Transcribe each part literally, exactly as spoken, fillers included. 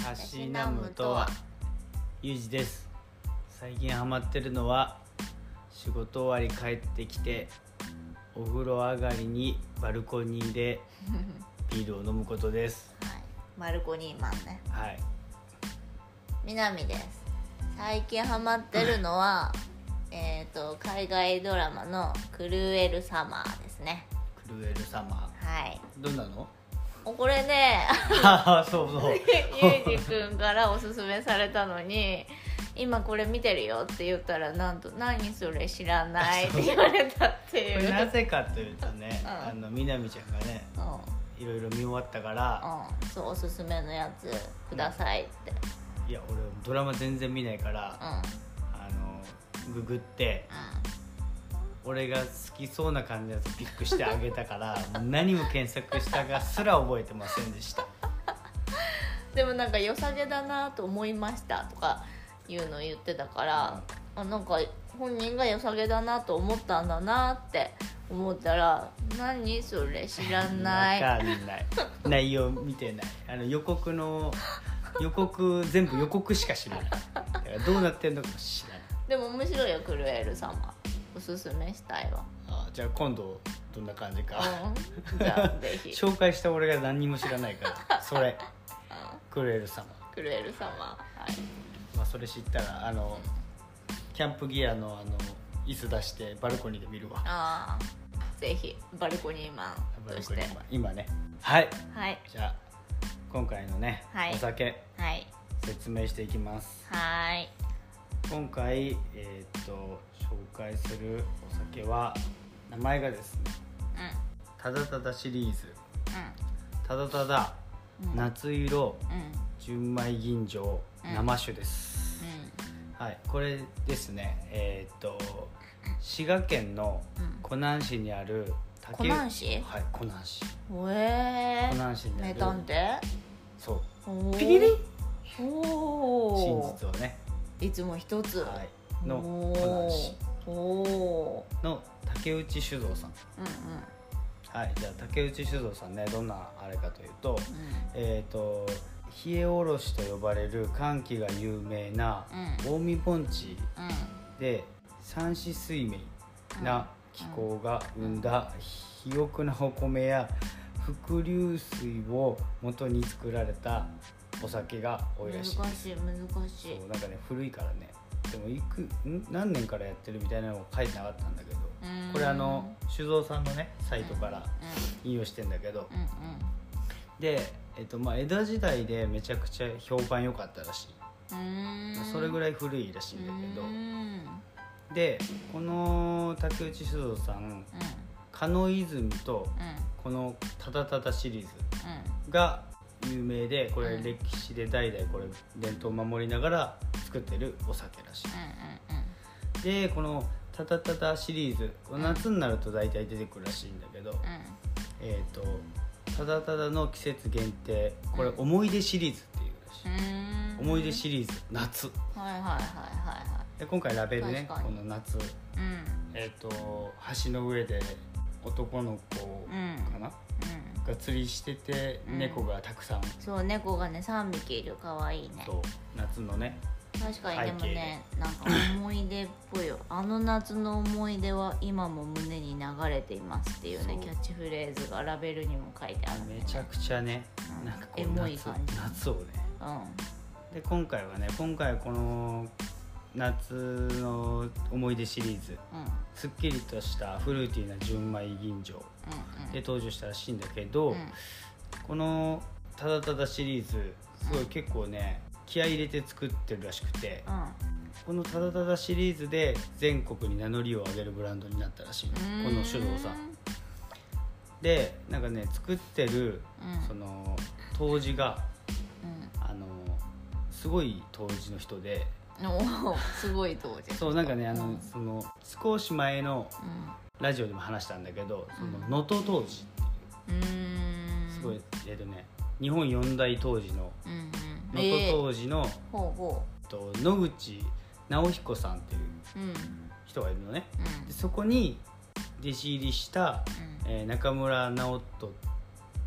たしなむとは。ゆうじです。最近ハマってるのは仕事終わり帰ってきてお風呂上がりにバルコニーでビールを飲むことです。 はい、バルコニーマンね。 はい。 みなみです。最近ハマってるのはえっと海外ドラマのクルエルサマーですね。 クルエルサマー。はい。 どんなの？ これね、 あそうそう。 ゆうじくんからおすすめされたのに、今これ見てるよって言ったら、なんと何それ知らないって言われたっていう。 これなぜかというとね、 うん、 あのみなみちゃんがね、うん、いろいろ見終わったから、 うん、そうおすすめのやつくださいって。 いや俺ドラマ全然見ないから、うん、あのググって。うん俺が好きそうな感じのやつピックしてあげたから何を検索したかすら覚えてませんでした。 でもなんか良さげだなと思いましたとかいうのを言ってたから、うん、あなんか本人が良さげだなと思ったんだなって思ったら、何それ知らない。 分かんない内容見てない。あの予告の予告全部予告しか知らない。だからどうなってんのかも知らない。 でも面白いよクルエル様。おすすめしたいわ。 あじゃあ今度どんな感じか、 うん、じゃあぜひ紹介した俺が何にも知らないからそれ、うん、クルエル様クルエル様、はい、 まあ、それ知ったらあのキャンプギアのあの椅子出してバルコニーで見るわ。 あぜひバルコニーマンとして今ね。はい、 はい、 じゃあ今回のね、はい、お酒、はい、説明していきます。 はい。 今回、えー、っと紹介するお酒は名前がですね、うん、ただただシリーズ、うん、ただただ、うん、夏色、うん、純米吟醸、うん、生酒です、うん、はい、これですね、えー、っと滋賀県の湖南市にある湖南市、 はい、湖南市、 へえ、 湖南市にある名探偵、 そうピリリお真実をねいつも一つ、 はい、の湖南市の竹内酒造さん、うんうん、はい、じゃあ竹内酒造さんね、どんなあれかというと、うん、えっ、ー、と冷えおろしと呼ばれる寒気が有名な近江盆地で、三子水明な気候が生んだ肥沃なお米や伏流水を元に作られたお酒が多いらしいです。 難しい難しい。 そうなんかね古いからね。でもいくん何年からやってるみたいなのが書いてなかったんだけど、これあの酒造さんのねサイトから引用してんだけど、うんうん、で、えっとまあ、江戸時代でめちゃくちゃ評判良かったらしい。それぐらい古いらしいんだけど、でこの竹内酒造さん、うん、加納泉とこのただただシリーズが有名で、これ歴史で代々これ伝統を守りながら作ってるお酒らしい、うんうんうん、でこのただただシリーズ、夏になると大体出てくるらしいんだけど、うん、えーとただただの季節限定、これ思い出シリーズっていうらしい、うん、思い出シリーズ夏、はいはいはいはい、で今回ラベルね、この夏、うん、えーと橋の上で男の子かな、うん、が釣りしてて、うん、猫がたくさん、 そう猫がねさんびきいる、かわいいね。 そう夏のね、 確かに。でもねなんか思い出っぽいよあの夏の思い出は今も胸に流れていますっていうねキャッチフレーズがラベルにも書いてある、ね、 めちゃくちゃね、うん、なんかこうエモい感じ、 夏をね、うん、で今回はね今回はこの夏の思い出シリーズ、うん、すっきりとしたフルーティーな純米吟醸で登場したらしいんだけど、うん、このただただシリーズすごい結構ね気合い入れて作ってるらしくて、うん、このただただシリーズで全国に名乗りを上げるブランドになったらしいの、この酒造さんで。なんかね作ってる、うん、その杜氏が、うん、あのすごい杜氏の人で、 おすごい当時そうなんかねあの、うん、その少し前のラジオでも話したんだけど、その能登当時っていう、うん、すごいえっとね日本四大当時の能登当時の、えー、ほうほうと野口直彦さんっていう人がいるのね、うん、でそこに弟子入りした、うんえー、中村直人っ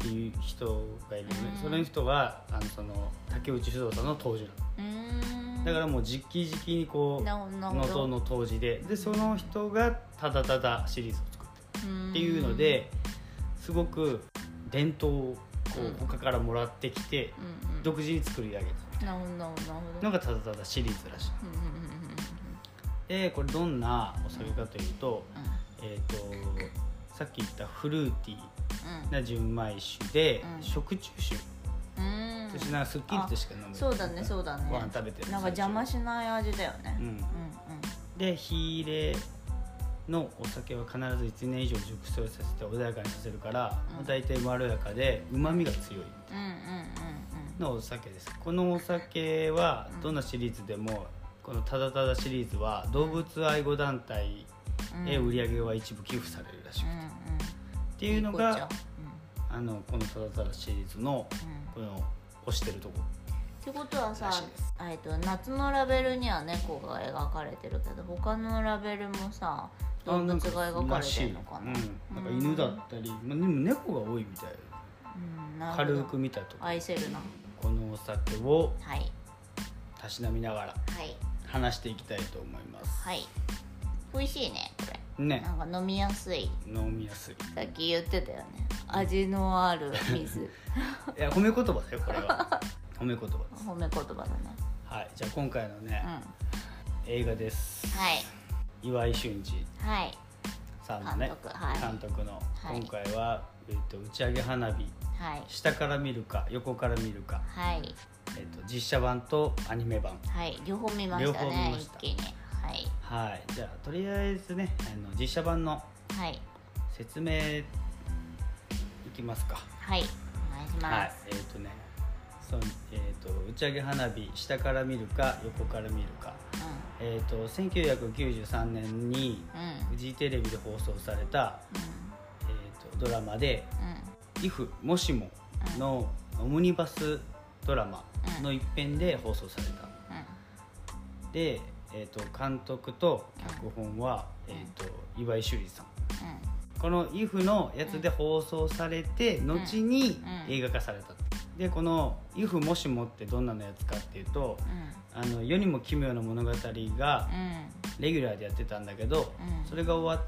っていう人がいるね、 うん、 その人があのその竹内不動産の杜氏なの。だからもう直々にこう能登の杜氏で、でその人がただただシリーズを作ってるっていうので、すごく伝統をこう他からもらってきて、うんうん、独自に作り上げたのがただただシリーズらしい。でこれどんなお酒かというと、うん、えーとさっき言ったフルーティーな純米酒で、うん、食中酒、うん、そしてなんかすっきりとしか飲めない。 そうだねそうだね。 ご飯食べてるなんか邪魔しない味だよね。うんうんうん、 で火入れのお酒は必ずいちねん以上熟成させて穏やかにさせるから、うん、だいたいまろやかでうまみが強いのお酒です。このお酒はどんなシリーズでも、このただただシリーズは動物愛護団体へ売り上げは一部寄付されるらしくて、うんうん、っていうのが、うん、あのこのただただシリーズの、この推してるとこってことはさ、えっと夏のラベルには猫が描かれてるけど、他のラベルもさ動物が描かれてるのかな。うん、なんか犬だったり、まあ、でも猫が多いみたい、うん、なるほど。軽く見たと愛せるな。 このお酒をたしなみながら話していきたいと思います。 はい、美味しいねこれね。 なんか飲みやすい。 飲みやすい。 さっき言ってたよね、味のある水。 いや褒め言葉だよこれは。褒め言葉です。 褒め言葉だね。 はい、じゃあ今回のね、うん、映画です。 はい。 岩井俊二さんのね、 監督、はい、 監督の、はい、今回は、えー、と打ち上げ花火、はい、下から見るか横から見るか、はい、えー、と実写版とアニメ版、 はい、両方見ましたね。両方見ました。一気に。はい、はい、 じゃあとりあえずね、あの実写版の説明いきますか。 はい、お願いします。はい、 えっ、ー、とねその、えー、と打ち上げ花火下から見るか横から見るか、うん、えー、とせんきゅうひゃくきゅうじゅうさんねんにフジテレビで放送された、うん、えー、とドラマで「イフ、もしも」のオムニバスドラマの一編で放送された、うん、で、えー、と監督と脚本は、うん、えー、と岩井修二さん、うん、この「イフ」のやつで放送されて、うん、後に映画化された。でこの「イフもしも」ってどんなのやつかっていうと、うん、あの世にも奇妙な物語がレギュラーでやってたんだけど、うん、それが終わって、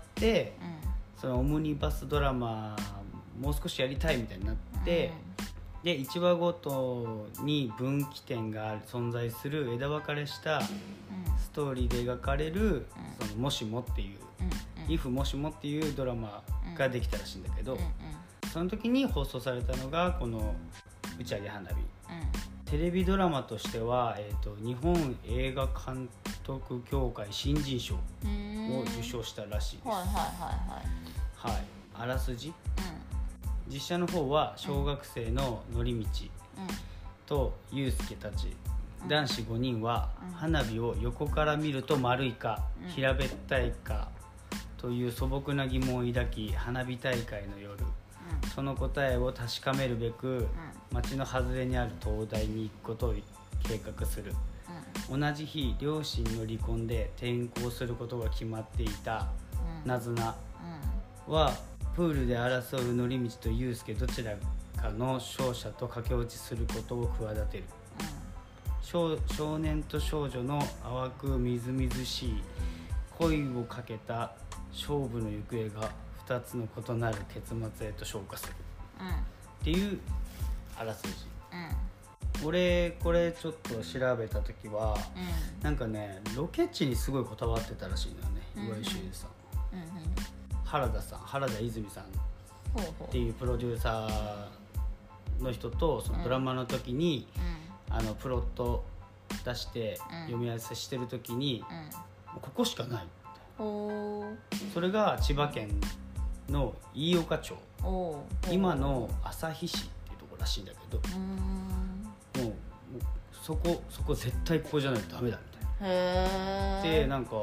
うん、そのオムニバスドラマもう少しやりたいみたいになって、うん、でいちわごとに分岐点が存在する枝分かれしたストーリーで描かれる、うん、そのもしもっていう「イフもしも」っていうドラマができたらしいんだけど、うんうん、その時に放送されたのがこの打ち上げ花火、うん、テレビドラマとしては、えーと、日本映画監督協会新人賞を受賞したらしいです。はいはいはいはい、はい、あらすじ、うん、実写の方は小学生の則道と祐介たち、うん、男子ごにんは花火を横から見ると丸いか、うん、平べったいかという素朴な疑問を抱き、花火大会の夜、その答えを確かめるべく、うん、町の外れにある灯台に行くことを計画する、うん、同じ日両親の離婚で転校することが決まっていた、うん、ナズナはプールで争う則道と祐介どちらかの勝者と駆け落ちすることを企てる、うん、少, 少年と少女の淡くみずみずしい恋をかけた勝負の行方がふたつの異なる結末へと昇華する、うん、っていうあらすじ、うん、俺これちょっと調べた時は、うん、なんかねロケ地にすごいこだわってたらしいのよね、うん、岩井修二さん、うんうん、原田さん原田泉さんっていうプロデューサーの人とそのドラマの時に、うん、あのプロット出して読み合わせしてる時に、うん、ここしかない、それが千葉県の飯岡町、今の旭市っていうところらしいんだけど、うもう、もうそこそこ絶対ここじゃないとダメだみたいな。へー。でなんか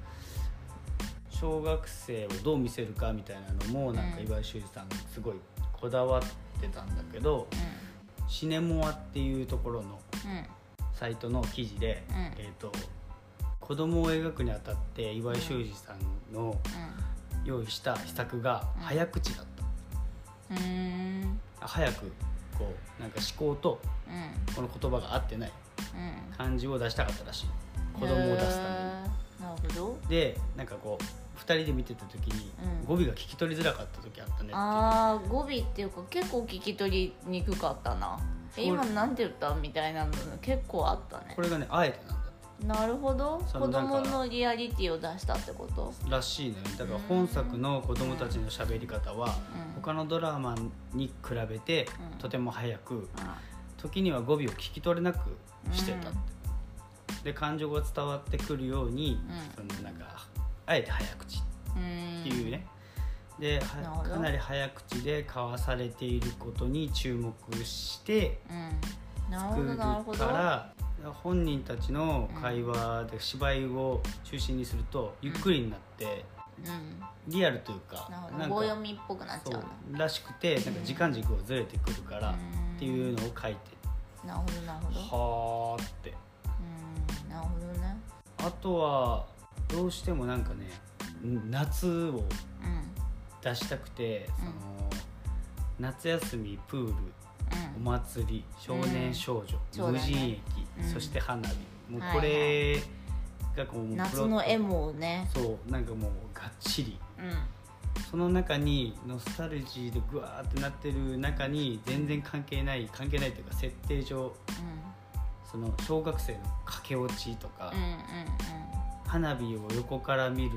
小学生をどう見せるかみたいなのもなんか岩井修二さんがすごいこだわってたんだけど、うん、シネモアっていうところのサイトの記事で、うん、えーと子供を描くにあたって岩井修二さんの用意した秘策が早口だった、うん、 早くこうなんか思考とこの言葉が合ってない感じを出したかったらしい、子供を出すために。 なるほど。 でなんかこうふたりで見てた時に、うん、語尾が聞き取りづらかった時あったねって。 ああ語尾っていうか結構聞き取りにくかったな。え今なんて言ったみたいなの結構あったね。 これがねあえてなんだって。 なるほど。子供のリアリティを出したってことらしいね。だから本作の子供たちの喋り方は、うん、他のドラマに比べて、うん、とても早く、うん、時には語尾を聞き取れなくしてたって、うん、で感情が伝わってくるように、うん、そのなんかあえて早口っていうね、うん、でかなり早口で交わされていることに注目して作るから、本人たちの会話で芝居を中心にするとゆっくりになって、うん、リアルというかなんか棒読みっぽくなっちゃうのらしくて、なんか時間軸がずれてくるからっていうのを書いて、 なるほどなるほど、 はーって、 うん、なるほどね。 あとはどうしてもなんかね夏を出したくて、うん、その夏休みプール、うん、お祭り少年少女、うん、無人駅、うん、そして花火、もうこれがこう、はいはい、 夏のエモをね、 そうなんかもうがっちり、うん、その中にノスタルジーでグワーってなってる中に全然関係ない関係ないというか設定上、うん、その小学生の駆け落ちとか、うんうんうん、花火を横から見る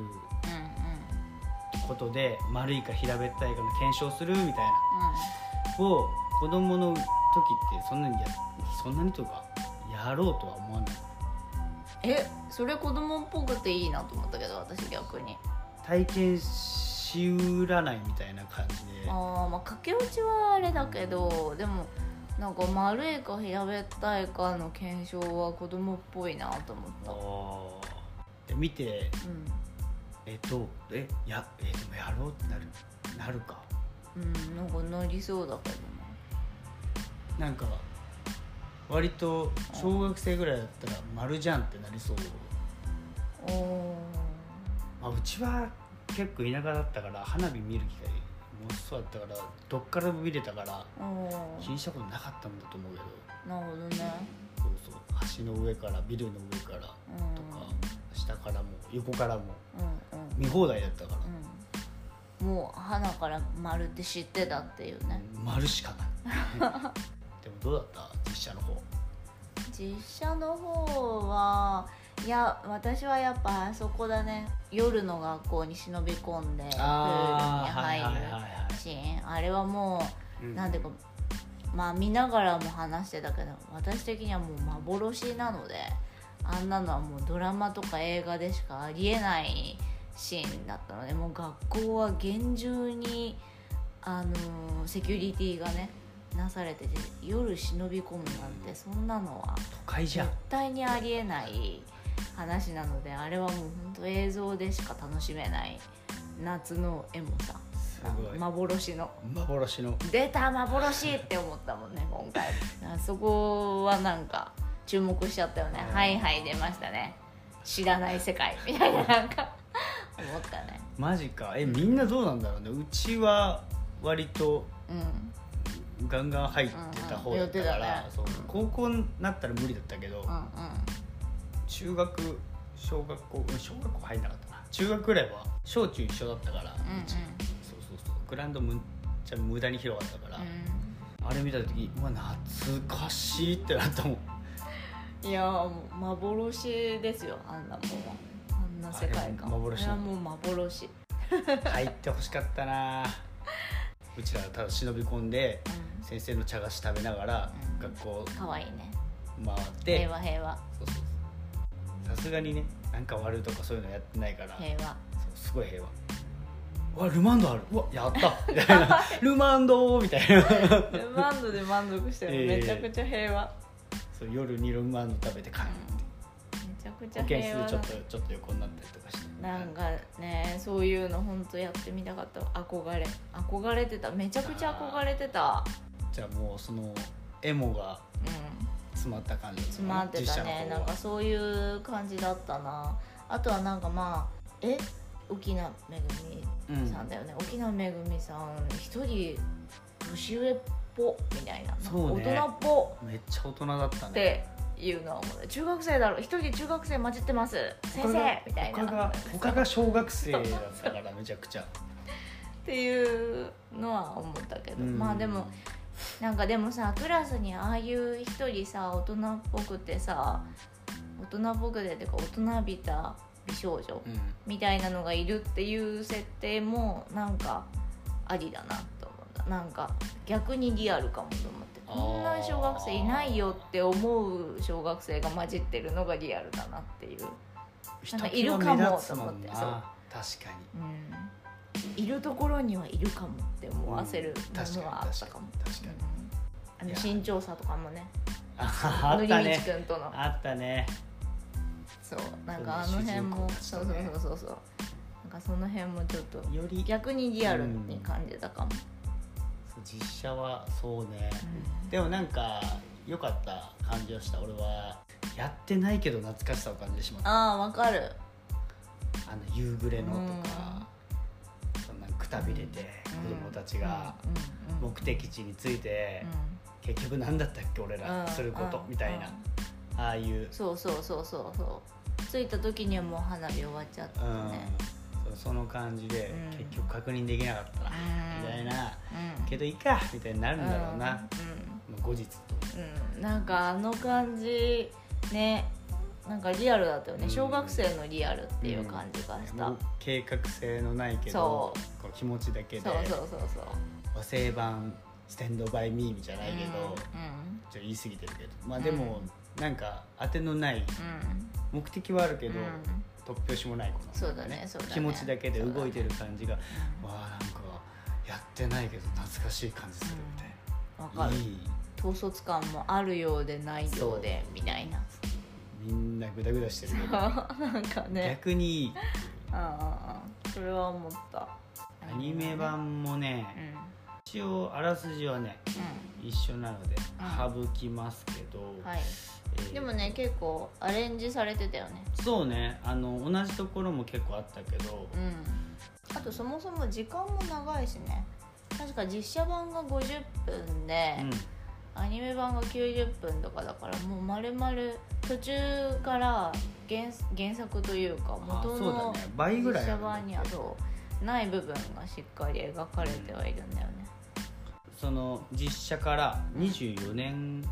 ことで丸いか平べったいかの検証するみたいな、うん、を子供の時ってそんなにやそんなにというかやろうとは思わない。 えそれ子供っぽくていいなと思ったけど、私逆に体験しうらないみたいな感じで、 あ、まあ駆け落ちはあれだけど、でもなんか丸いか平べったいかの検証は子供っぽいなと思った。 あで見て、うんえっとえやえでもやろうってなるなるか、 うんなんかなりそうだけどな。なんか割と小学生ぐらいだったら丸じゃんってなりそう。お、まあ、うちは結構田舎だったから花火見る機会もそうだったからどっからも見れたから気にしたことなかったんだと思うけど。なるほどね。 そうそう橋の上からビルの上からとか、下からも横からも見放題だったから、 うんうん、もう花から丸って知ってたっていうね。 丸しかないでもどうだった実写の方。 実写の方はいや私はやっぱあそこだね、夜の学校に忍び込んでプールに入るシーン、あれはもう、うん、なんていうかまあ見ながらも話してたけど私的にはもう幻なので、あんなのはもうドラマとか映画でしかありえないシーンだったので、もう学校は厳重にあのセキュリティがねなされてて、夜忍び込むなんてそんなのは都会じゃん絶対にありえない話なので、あれはもう本当映像でしか楽しめない夏のエモさ、すごい幻の幻の出た幻って思ったもんね今回あそこはなんか注目しちゃったよね。はいはい出ましたね、知らない世界みたいななんか思ったね。 マジか。えみんなどうなんだろうね。うちは割と、うん、ガンガン入ってた方だったから、うんうんね、そう高校になったら無理だったけど、うんうん、中学小学校小学校入んなかったな、中学ぐらいは小中一緒だったから、うんうん、そうそうそうグラウンドむっちゃ無駄に広かったから、うん、あれ見た時うわ懐かしいってなったもん。 いやもう幻ですよ、あんなもんは。あんな世界観、 幻。 あれはもう幻入ってほしかったなうちらただ忍び込んで、うん、先生の茶菓子食べながら、うん、学校かわいいね回って平和平和。 そうそうそう、さすがにねなんか悪いとかそういうのやってないから平和、 そうすごい平和。うわルマンドある、うわやったみたいなルマンドみたいなルマンドで満足してる、えー、めちゃくちゃ平和。 そう夜にルマンド食べて帰るって、 うん、めちゃくちゃ平和だ。 保健室でちょっとちょっと横になったりとかして、 なんかねそういうの本当やってみたかった。憧れ憧れてた、めちゃくちゃ憧れてた。 じゃあもうそのエモが詰まった感じ、 うん、詰まってたね。なんかそういう感じだったな。あとはなんかまあえ沖縄めぐみさんだよね、うん、沖縄めぐみさん一人年上っぽみたいな、 そうね、 大人っぽめっちゃ大人だったねっていうのは思う。中学生だろ、一人中学生混じってます先生みたいな、 他が他が小学生だったからめちゃくちゃっていうのは思ったけど、 うん、 まあでもなんかでもさ、クラスにああいう一人さ大人っぽくてさ、大人っぽくてってか大人びた美少女、うん、みたいなのがいるっていう設定もなんかありだなと思った。なんか逆にリアルかもと思って、こんな小学生いないよって思う小学生が混じってるのがリアルだなっていう、なんかいるかもと思って、そう、確かに、うん、いるところにはいるかもって思わせるものはあったかも。 確かに、 うん、あの身長差とかもね、 あったね、 のりみちくんとのあったね、 そう、なんかあの辺も、そうそうそうそうそう、なんかその辺もちょっとより逆にリアルに感じたかも、うん、 実写はそうね、うん、でもなんか良かった感じをした。俺はやってないけど懐かしさを感じてしまった。 ああ、わかる。 あの夕暮れのとか、うん、そんなくたびれて子供たちが目的地に着いて、うん、結局何だったっけ俺らすること、うん、みたいな、ああいう、 そうそうそうそうそう、着いた時にはもう花火終わっちゃってね、 うん、そ, その感じで、うん、結局確認できなかったな、うん、みたいな、うん、けどいいかみたいになるんだろうな、うんうん、後日と、 うん、なんかあの感じね、なんかリアルだったよね、うん、小学生のリアルっていう感じがした、うん、 計画性のないけどこう気持ちだけで、 そうそうそうそう、 和製版ステンドバイミーじゃないけど、うんうん、ちょっと言い過ぎてるけど、まあでも、うん、なんか当てのない、うん、目的はあるけど、うん、突拍子もないこの、ね、 そうだね、そうだね、 気持ちだけで動いてる感じが、ね、わあなんかやってないけど懐かしい感じするみたいな、 うん、わかる、いい統率感もあるようでないようでみたいな、 みんなグダグダしてるけどなんかね、 逆にいい、 ああそれは思った。 アニメ版もね、うん、一応あらすじはね、うん、一緒なので省きますけど、うん、はい、 えー、でもね結構アレンジされてたよね。 そうね、あの同じところも結構あったけど、 うん、あとそもそも時間も長いしね、確か実写版がごじゅっぷんで、うん、アニメ版がきゅうじゅっぷんとかだから、もう丸々途中から 原, 原作というか元の実写版にはそうない部分がしっかり描かれてはいるんだよね。 その実写からにじゅうよねん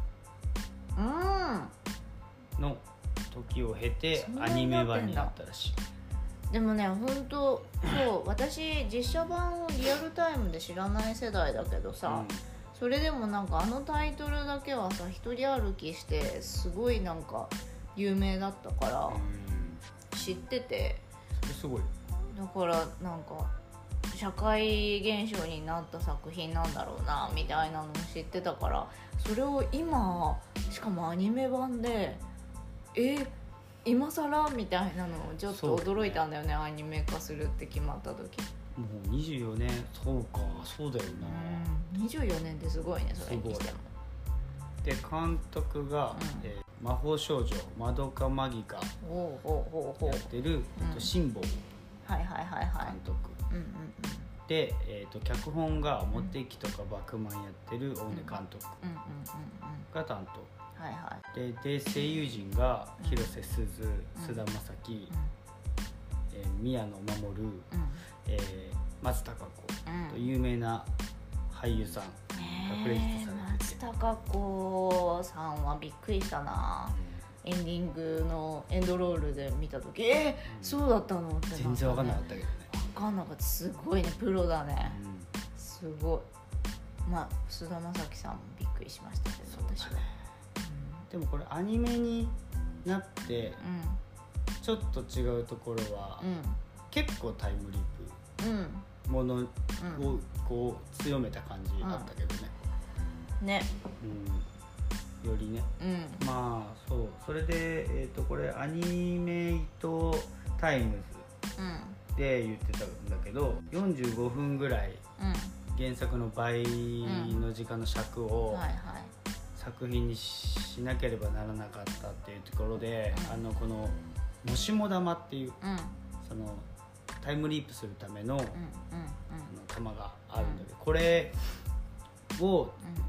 の時を経てアニメ版になったらしい。 でもね本当そう私実写版をリアルタイムで知らない世代だけどさ、うん、それでもなんかあのタイトルだけはさ一人歩きしてすごいなんか有名だったから知ってて、 それすごい。 だからなんか社会現象になった作品なんだろうなみたいなのを知ってたから、それを今しかもアニメ版でえ今更みたいなのをちょっと驚いたんだよ ね, ねアニメ化するって決まった時。 もうにじゅうよねん、そうかそうだよな、 うん、にじゅうよねんってすごいね、それにしても。 で監督が、うんえー、魔法少女まどかマギカやってる辛坊監督で、えー、と脚本がモテキとかバクマンやってる大根監督が担当、はいはい、で, で声優陣が広瀬すず、菅田将暉、うんえー、宮野真守、うんえー、松たか子と有名な俳優さんがクレジットされてて、 松たか子さんはびっくりしたな、うん、エンディングのエンドロールで見た時えー、うん、そうだったのって、ね、 全然分かんなかったけどね。 分かんなかった、すごいね、プロだね、うん、すごい。まあ菅田将暉さんもびっくりしましたけど、私は、 うん、でもこれアニメになって、うん、ちょっと違うところは、うん、結構タイムリープ、うん、ものをこう強めた感じあったけどね、 うん、ね、 うん、よりね、うん、まあそうそれで、えー、とこれアニメイトタイムズ、うんで言ってたんだけどよんじゅうごふんぐらい原作の倍の時間の尺を作品にしなければならなかったっていうところで、うん、あのこのもしも玉っていう、うん、そのタイムリープするための、うんうんうん、玉があるんだけど、これを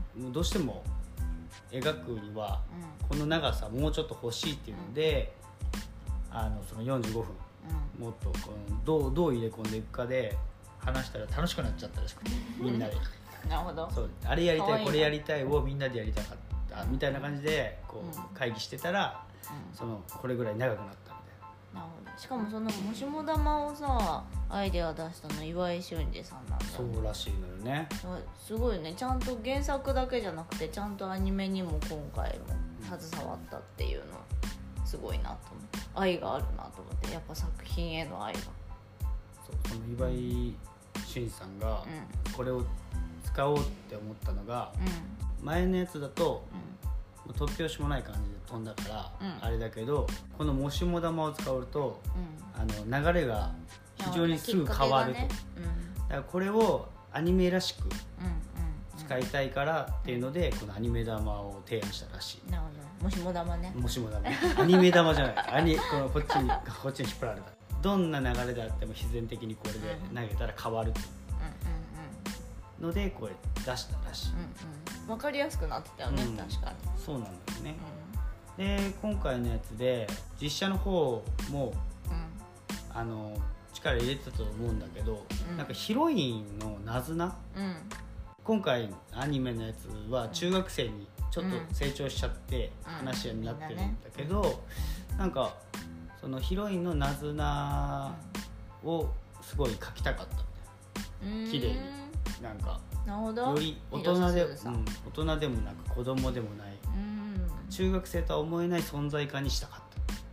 どうしても描くにはこの長さもうちょっと欲しいっていうので、うん、あのそのよんじゅうごふん、うん、もっとこのどう、どう入れ込んでいくかで話したら楽しくなっちゃったらしくてみんなでなるほど。 そうあれやりたいこれやりたいをみんなでやりたかったみたいな感じでこう会議してたら、うん、そのこれぐらい長くなったみたいな。 なるほど。しかもそのもしも玉をさアイデア出したの岩井俊二さんなんだ、ね、 そうらしいのよね。 すごいね。ちゃんと原作だけじゃなくてちゃんとアニメにも今回も携わったっていうのすごいなと思って、愛があるなと思って、やっぱ作品への愛が。 そうその岩井俊二さんがこれを使おうって思ったのが、うん、前のやつだと、うん、突拍子もない感じで飛んだから、うん、あれだけどこのもしも玉を使うと、うん、あの流れが非常にすぐ変わると、ねうん、だからこれをアニメらしく使いたいからっていうので、うん、このアニメ玉を提案したらしい。 なるほど。もしも玉ね。 もしも玉アニメ玉じゃないアニこのこっちにこっちに引っ張られた。どんな流れであっても必然的にこれで投げたら変わると、うん、のでこれ出したらしい、 うんうん、分かりやすくなってたよね、うん、確かにそうなんだよね、うん、で今回のやつで実写の方も、うん、あの力入れてたと思うんだけど、うん、なんかヒロインのナズナ、うん、今回アニメのやつは中学生にちょっと成長しちゃって話になってるんだけど、うんね、なんかそのヒロインのナズナをすごい描きたかったみたいな、綺麗になんかなるほど、 より大人で、うん、大人でもなく子供でもない、中学生とは思えない存在感にしたかった。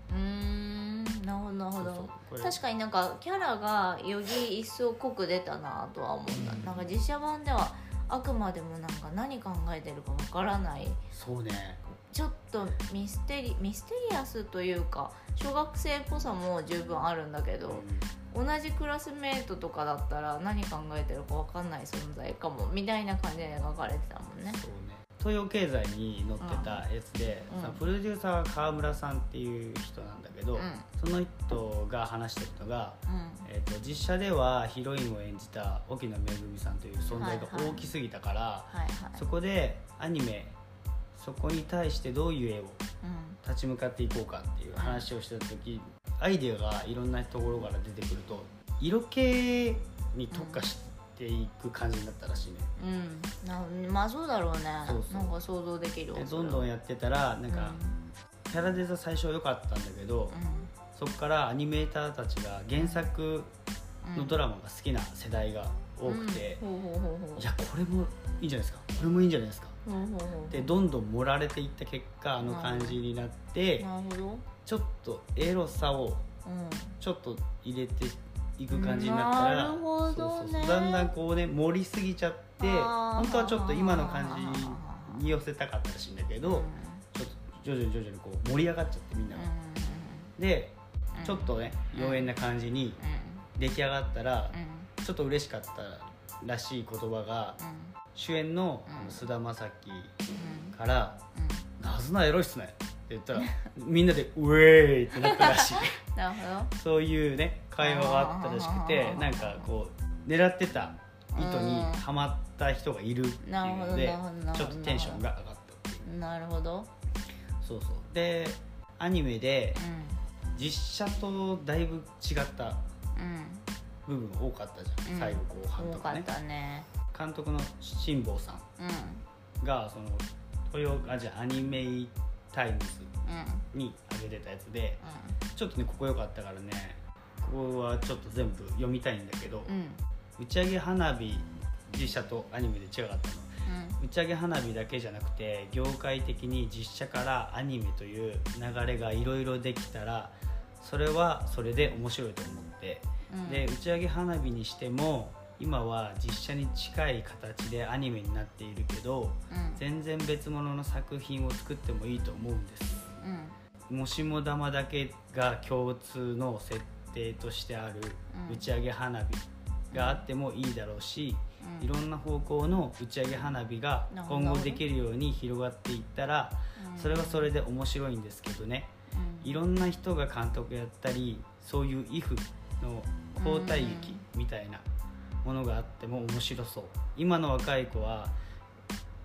うーん、なるほどなるほど。確かになんかキャラがより一層濃く出たなとは思った、うん、なんか実写版ではあくまでもなんか何考えてるかわからない、 そうね、 ちょっとミステリミステリアスというか小学生っぽさも十分あるんだけど、うん、同じクラスメートとかだったら何考えてるか分かんない存在かもみたいな感じで描かれてたもんね。 そうね、東洋経済に載ってたやつで、うん、そのプロデューサーは川村さんっていう人なんだけど、うん、その人が話してるのが、うんえー、と実写ではヒロインを演じた沖野めぐみさんという存在が大きすぎたから、はいはいそこでアニメそこに対してどういう絵を立ち向かっていこうかっていう話をしてた時、アイデアがいろんなところから出てくると色気に特化していく感じになったらしいね。 うん、なまあそうだろうね。そうそうなんか想像できるわ。 でどんどんやってたらなんか、うん、キャラデザ最初良かったんだけど、うん、そこからアニメーターたちが原作のドラマが好きな世代が多くて、いやこれもいいんじゃないですか、これもいいんじゃないですかでどんどん盛られていった結果あの感じになって、なるほどちょっとエロさをちょっと入れていく感じになったら、なるほどね、そうそうそうだんだんこうね盛りすぎちゃって本当はちょっと今の感じに寄せたかったらしいんだけど、ちょっと徐々に徐々にこう盛り上がっちゃってみんなが、でちょっとね妖艶な感じに出来上がったらちょっと嬉しかったらしい言葉が、主演の菅田将暉から「ナズナエロいっすね」って言ったらみんなで「ウェーイ!」ってなったらしいなるほどそういうね会話があったらしくて、なんかこう狙ってた意図にはまった人がいるっていうのでちょっとテンションが上がったっていう。 なるほど。 そうそうでアニメで実写とだいぶ違った部分多かったじゃん、うん、最後後半とかね。 多かったね。 監督の辛坊さんがその豊あじゃあアニメイタイムズに上げてたやつで、うん、ちょっとねここ良かったからねここはちょっと全部読みたいんだけど、うん、打ち上げ花火実写とアニメで違かったの、うん、打ち上げ花火だけじゃなくて業界的に実写からアニメという流れがいろいろできたらそれはそれで面白いと思って、うん、で打ち上げ花火にしても今は実写に近い形でアニメになっているけど、うん、全然別物の作品を作ってもいいと思うんです、うん、もしも玉だけが共通の設定としてある打ち上げ花火があってもいいだろうし、うん、いろんな方向の打ち上げ花火が今後できるように広がっていったら、うん、それはそれで面白いんですけどね、うん、いろんな人が監督やったりそういうイフの交代劇みたいなものがあっても面白そう。今の若い子は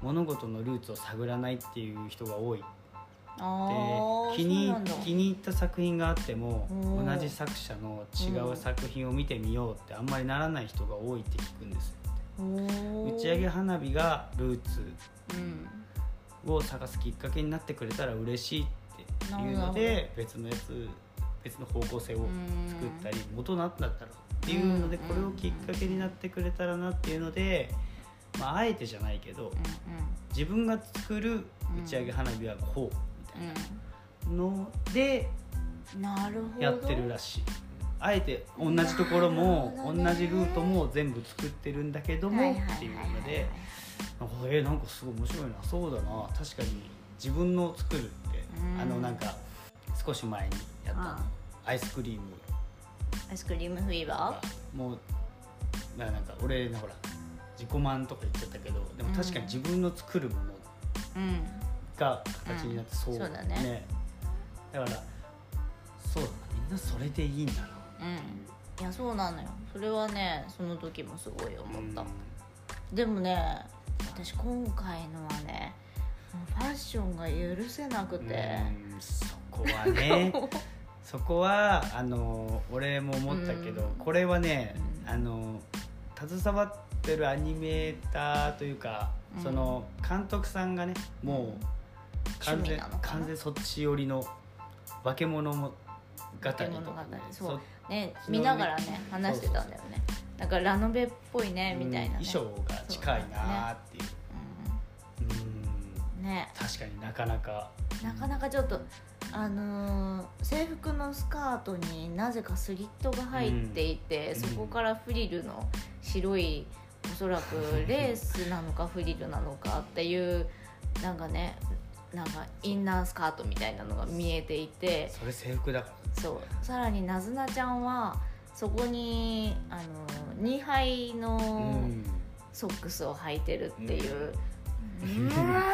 物事のルーツを探らないっていう人が多い。 あで気にそうなんだ気に入った作品があってもうん同じ作者の違う作品を見てみようってあんまりならない人が多いって聞くんですよ。 おー打ち上げ花火がルーツうんを探すきっかけになってくれたら嬉しいっていうので別のやつ別の方向性を作ったり元なんだったらっていうのでこれをきっかけになってくれたらなっていうので、まあ、あえてじゃないけど自分が作る打ち上げ花火はこうみたいなのでうんなるほどやってるらしい。あえて同じところも同じルートも全部作ってるんだけどもっていうのでえー、なんかすごい面白いなそうだな確かに自分の作るってあのなんか少し前にやったのアイスクリームアイスクリームフィーバーもうなんか俺ほら自己満とか言っちゃったけどでも確かに自分の作るものーうんが形になってそう,、 うんそうだねだからそうだなみんなそれでいいんだなうんいやそうなのよそれはねその時もすごい思った、 うんでもね私今回のはねもうファッションが許せなくてうんそこはねそこはあの俺も思ったけど、 うんこれはね、 うんあの携わってるアニメーターというか、 うん、 その監督さんがねもう完全趣味なのかな完全そっち寄りの化け物語とか、ね、 物語そうそねそのね見ながらね話してたんだよねなんかラノベっぽいねみたいな、ね、 衣装が近いなっていうう、 うんん、ね確かになかなかなかなかちょっとあのー制服のスカートになぜかスリットが入っていて、 うん、 そこからフリルの白いおそらくレースなのかフリルなのかっていうなんかねなんかインナースカートみたいなのが見えていてそれ制服だからそうさらになずなちゃんはそこにあのにはいのソックスを履いてるっていう、うん、うわ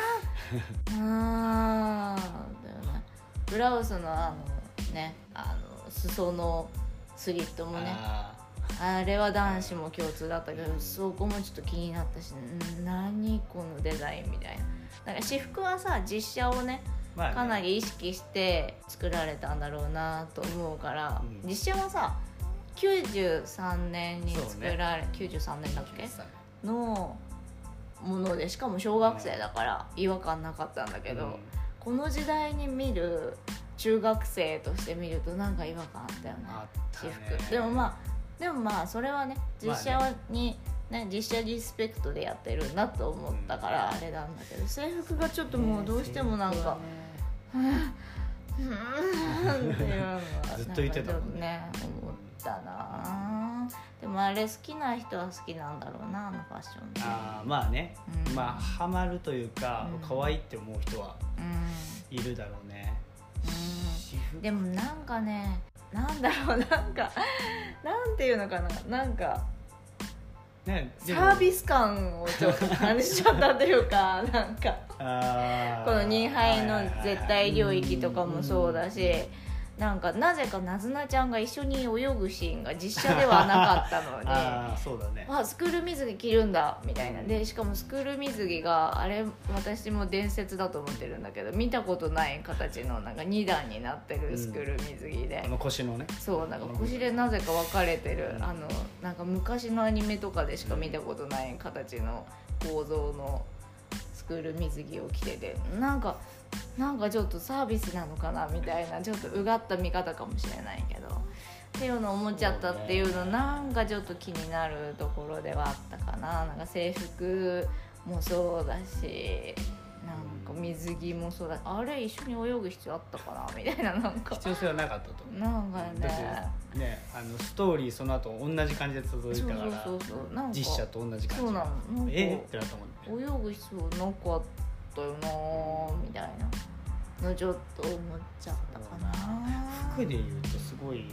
あだよねブラウスのあのねあの裾のスリットもね あ, あれは男子も共通だったけどそこもちょっと気になったし何このデザインみたいななんか私服はさ実写をねまあねかなり意識して作られたんだろうなと思うから、うん、実写はさきゅうじゅうさんねんに作られ、ね、きゅうじゅうさんねんだっけのものでしかも小学生だから違和感なかったんだけど、うん、この時代に見る中学生として見るとなんか違和感あったよね私服でもまあでもまあそれはね実写に、ねね、実写リスペクトでやってるなと思ったからあれなんだけど制服がちょっともうどうしてもなんか、ね、うんっていうのはずっと言ってたもんね思ったなでもあれ好きな人は好きなんだろうなあのファッションってあまあね、 うん、 まあハマるというか、うん、可愛いって思う人はいるだろうね、 うん、でもなんかねなんだろうなんかなんていうのかななんかね、 サービス感をちょっと感じちゃったというかなんかあこのにはいの絶対領域とかもそうだしなんかなぜかなずなちゃんが一緒に泳ぐシーンが実写ではなかったのであそうだねあスクール水着着るんだみたいなでしかもスクール水着があれ私も伝説だと思ってるんだけど見たことない形のなんかに段になってるスクール水着で、 うん、あの腰のねそうなんか腰でなぜか分かれてる、うん、あのなんか昔のアニメとかでしか見たことない形の構造のスクール水着を着ててなんかなんかちょっとサービスなのかなみたいなちょっとうがった見方かもしれないけどっていうのを思っちゃったっていうのなんかちょっと気になるところではあったかな。なんか制服もそうだしなんか水着もそうだしあれ一緒に泳ぐ必要あったかなみたいななんか必要性はなかったと思うなんかねだってねあのストーリーその後同じ感じで続いたからそうそうそうなんか実写と同じ感じそうなのなんかえー、ってなったもんね泳ぐ必要なかったよなみたいなのちょっと思っちゃったかな。 服で言うとすごい、うん、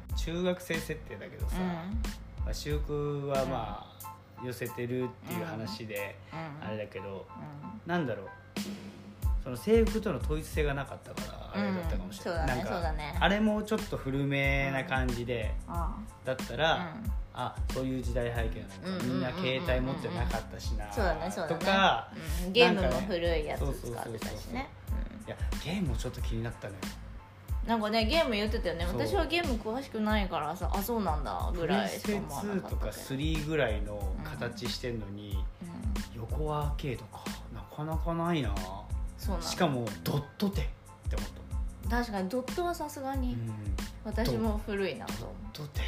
中学生設定だけどさ、うんまあ、私服はまあ、うん、寄せてるっていう話で、うん、あれだけど、うん、なんだろうその制服との統一性がなかったからあれだったかもしれない、うん、 そうだね、そうだね。 あれもちょっと古めな感じで、うん、だったら、うん、あそういう時代背景なのか、みんな携帯持ってなかったしな、 そうだね、そうだね、 とか、 うん、ゲームも古いやつ使ってたしね。 いやゲームもちょっと気になったね。 なんかねゲーム言ってたよね。私はゲーム詳しかないからさ、あそうなんだぐらいしか思わなかったけど。 プレステツーとかスリーぐらいの形してんのに、うん、横アーケードかなかなかないな。そうなんだ。しかもドット手って思った。確かにドットはさすがに、うん、私も古いなと思う。 ドット手、うん、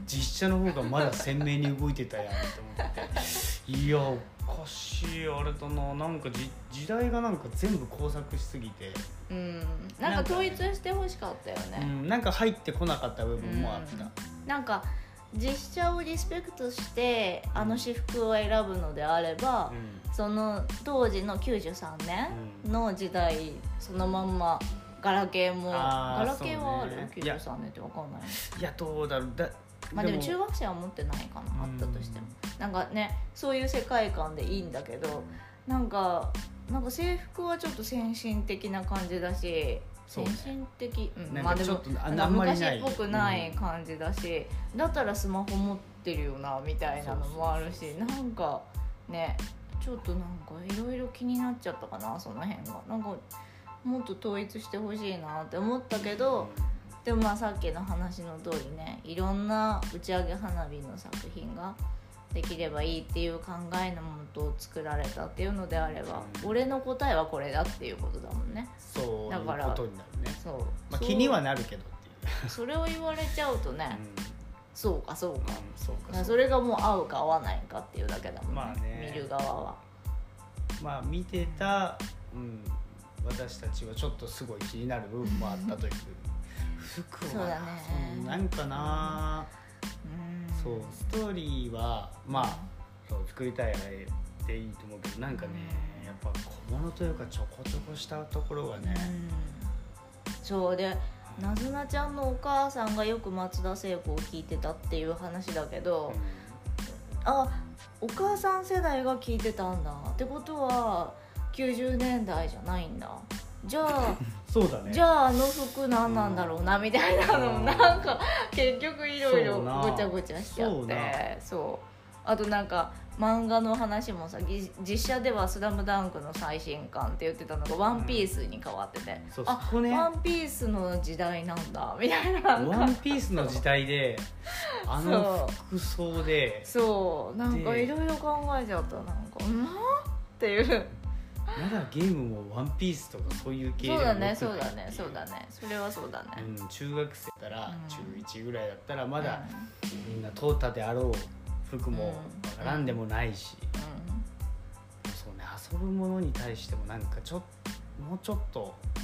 実写の方がまだ鮮明に動いてたやんって思っていやおかしいあれだな。なんかじ時代がなんか全部工作しすぎて、 うん、なんか統一してほしかったよね。 うん、なんか入ってこなかった部分もあった、 うん、なんか実写をリスペクトしてあの私服を選ぶのであれば、うん、その当時のきゅうじゅうさんねんの時代そのまんまガラケーもガラケーはある、ね、きゅうじゅうさんねんって分かんない。 いやどうだろうだまあ、でも中学生は持ってないかな、あったとしてもなんかねそういう世界観でいいんだけど、なんかなんか制服はちょっと先進的な感じだし、先進的、うん、まあでも昔っぽくない感じだし、うん、だったらスマホ持ってるよなみたいなのもあるし、なんかねちょっとなんかいろいろ気になっちゃったかな、その辺が。なんかもっと統一してほしいなって思ったけど、でもまあさっきの話の通りね、いろんな打ち上げ花火の作品ができればいいっていう考えのもと作られたっていうのであれば、うん、俺の答えはこれだっていうことだもんね。 そうだからいうことになるね。 そう、 まあ、気にはなるけどっていうそれを言われちゃうとね、うん、そうかそうか、うん、 そうかそうか、 それがもう合うか合わないかっていうだけだもんね、 まあね、 見る側は。 まあ見てた、うん、私たちはちょっとすごい気になる部分もあったという服はそうだね、 なんかな、うん、そうストーリーはまあそう作りたいあれでいいと思うけど、なんかねやっぱ小物というかちょこちょこしたところがね、 うん、そうでなずなちゃんのお母さんがよく松田聖子を聴いてたっていう話だけど、うん、あお母さん世代が聴いてたんだってことはきゅうじゅうねんだいじゃないんだ、じゃあそうだね、 じゃああの服何なんだろうなみたいなのもなんか結局いろいろごちゃごちゃしちゃって、そうそうあとなんか漫画の話もさ、実写ではスラムダンクの最新刊って言ってたのがワンピースに変わってて、うん、あそこ、ね、ワンピースの時代なんだみたいな、 ワンピースの時代であの服装でそうなんかいろいろ考えちゃった、なんかうんっていうまだゲームもワンピースとかそういう系でそうだねそうだねそうだねそれはそうだね、 うん、中学生だったら、うん、中いちぐらいだったらまだ、うん、みんな通ったであろう服もわからんでもないし、うんうん、そうね遊ぶものに対してもなんかちょっともうちょっと、うん、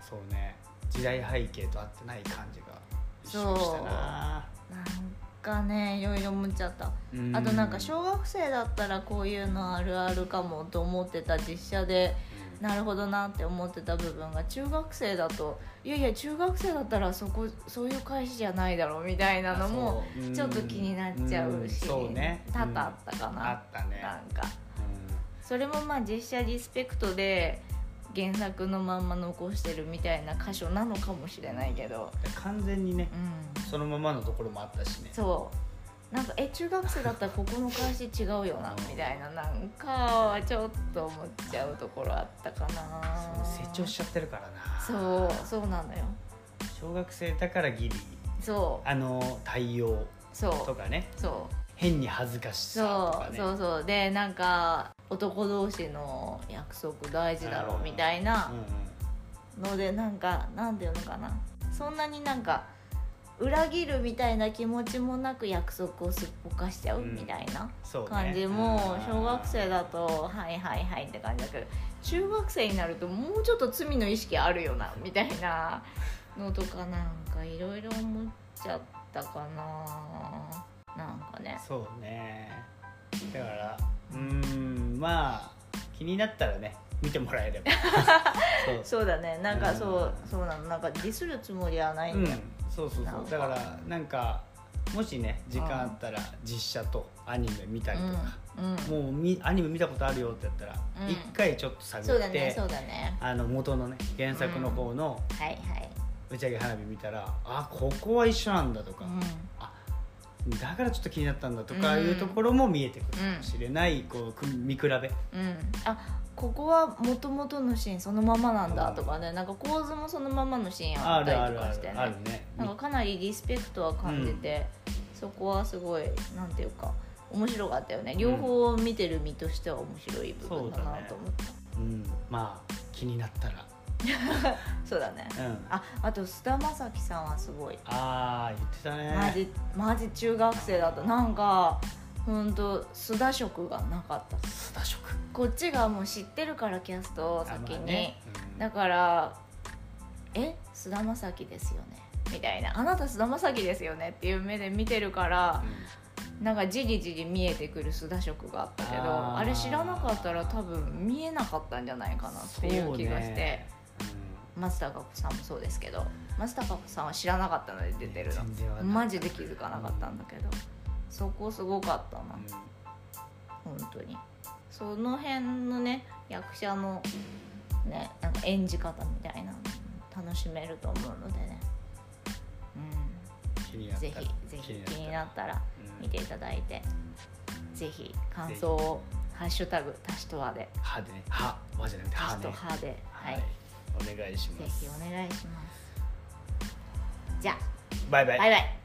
そうね時代背景と合ってない感じが一緒したな。 なんかねいろいろ思っちゃった。あとなんか小学生だったらこういうのあるあるかもと思ってた実写で、うん、なるほどなって思ってた部分が中学生だといやいや中学生だったらそこそういう返しじゃないだろうみたいなのもちょっと気になっちゃうし、 そうね、 多々あったかな、 うん、あったね。 なんか、うん、それもまあ実写リスペクトで原作のまんま残してるみたいな箇所なのかもしれないけど、 完全にね、うん、そのままのところもあったしね。 そうなんかえ中学生だったらここの返し違うよなみたいな、なんかちょっと思っちゃうところあったかな。 成長しちゃってるからな。 そうそうなのよ。 小学生だからギリそうあの対応とかね、 そう変に恥ずかしさとかね、 そうそうそうでなんか男同士の約束大事だろうみたいなので、なんかなんていうのかな、そんなになんか裏切るみたいな気持ちもなく約束をすっぽかしちゃうみたいな感じも小学生だとはいはいはいって感じだけど、中学生になるともうちょっと罪の意識あるよなみたいなのとかなんかいろいろ思っちゃったかな。なんかねそうね、だからうーんまあ気になったらね見てもらえればそうそうだね、なんかそう、うん、そうなの、なんかディスるつもりはないんだよ、 うん、そうそうそう、だからなんかもしね時間あったら実写とアニメ見たりとか、 うんうん、 もうみアニメ見たことあるよってやったら一、うん、回ちょっと探って、 そうだねそうだね、 あの元のね原作の方の打ち上げ花火見たら、うん、あここは一緒なんだとか、うん、あだからちょっと気になったんだとかいうところも見えてくるかもしれない、うん、こう見比べ、うん、 あここは元々のシーンそのままなんだとかね、うん、なんか構図もそのままのシーンあったりとかしてね、あるあるあるね、なんかかなりリスペクトは感じて、うん、そこはすごいなんていうか面白かったよね。両方見てる身としては面白い部分だなと思った。 うん、ね、うん、まあ気になったらそうだね、うん、あ, あと菅田将暉さんはすごい、 ああ言ってたね、 マジマジ中学生だった。なんかほんと須田色がなかった。 須田色こっちがもう知ってるからキャストを先に、ね、うん、だからえ菅田将暉ですよねみたいな、あなた菅田将暉ですよねっていう目で見てるから、うん、なんかじりじり見えてくる須田色があったけど、 あ, あれ知らなかったら多分見えなかったんじゃないかなっていう気がして、うん、松たか子さんもそうですけど、松たか子さんは知らなかったので出てるのマジで気づかなかったんだけど、うん、そこすごかったな、うん、本当にその辺のね役者のねなんか演じ方みたいなの楽しめると思うのでね、うん、ぜひぜひ気になったら見ていただいて、うん、ぜひ感想をハッシュタグたしとわで、 はでね、はわじゃなくてはね、 たしとはで、はい、はい、 お願いします。 ぜひお願いします。じゃあバイバイ。 バイバイ。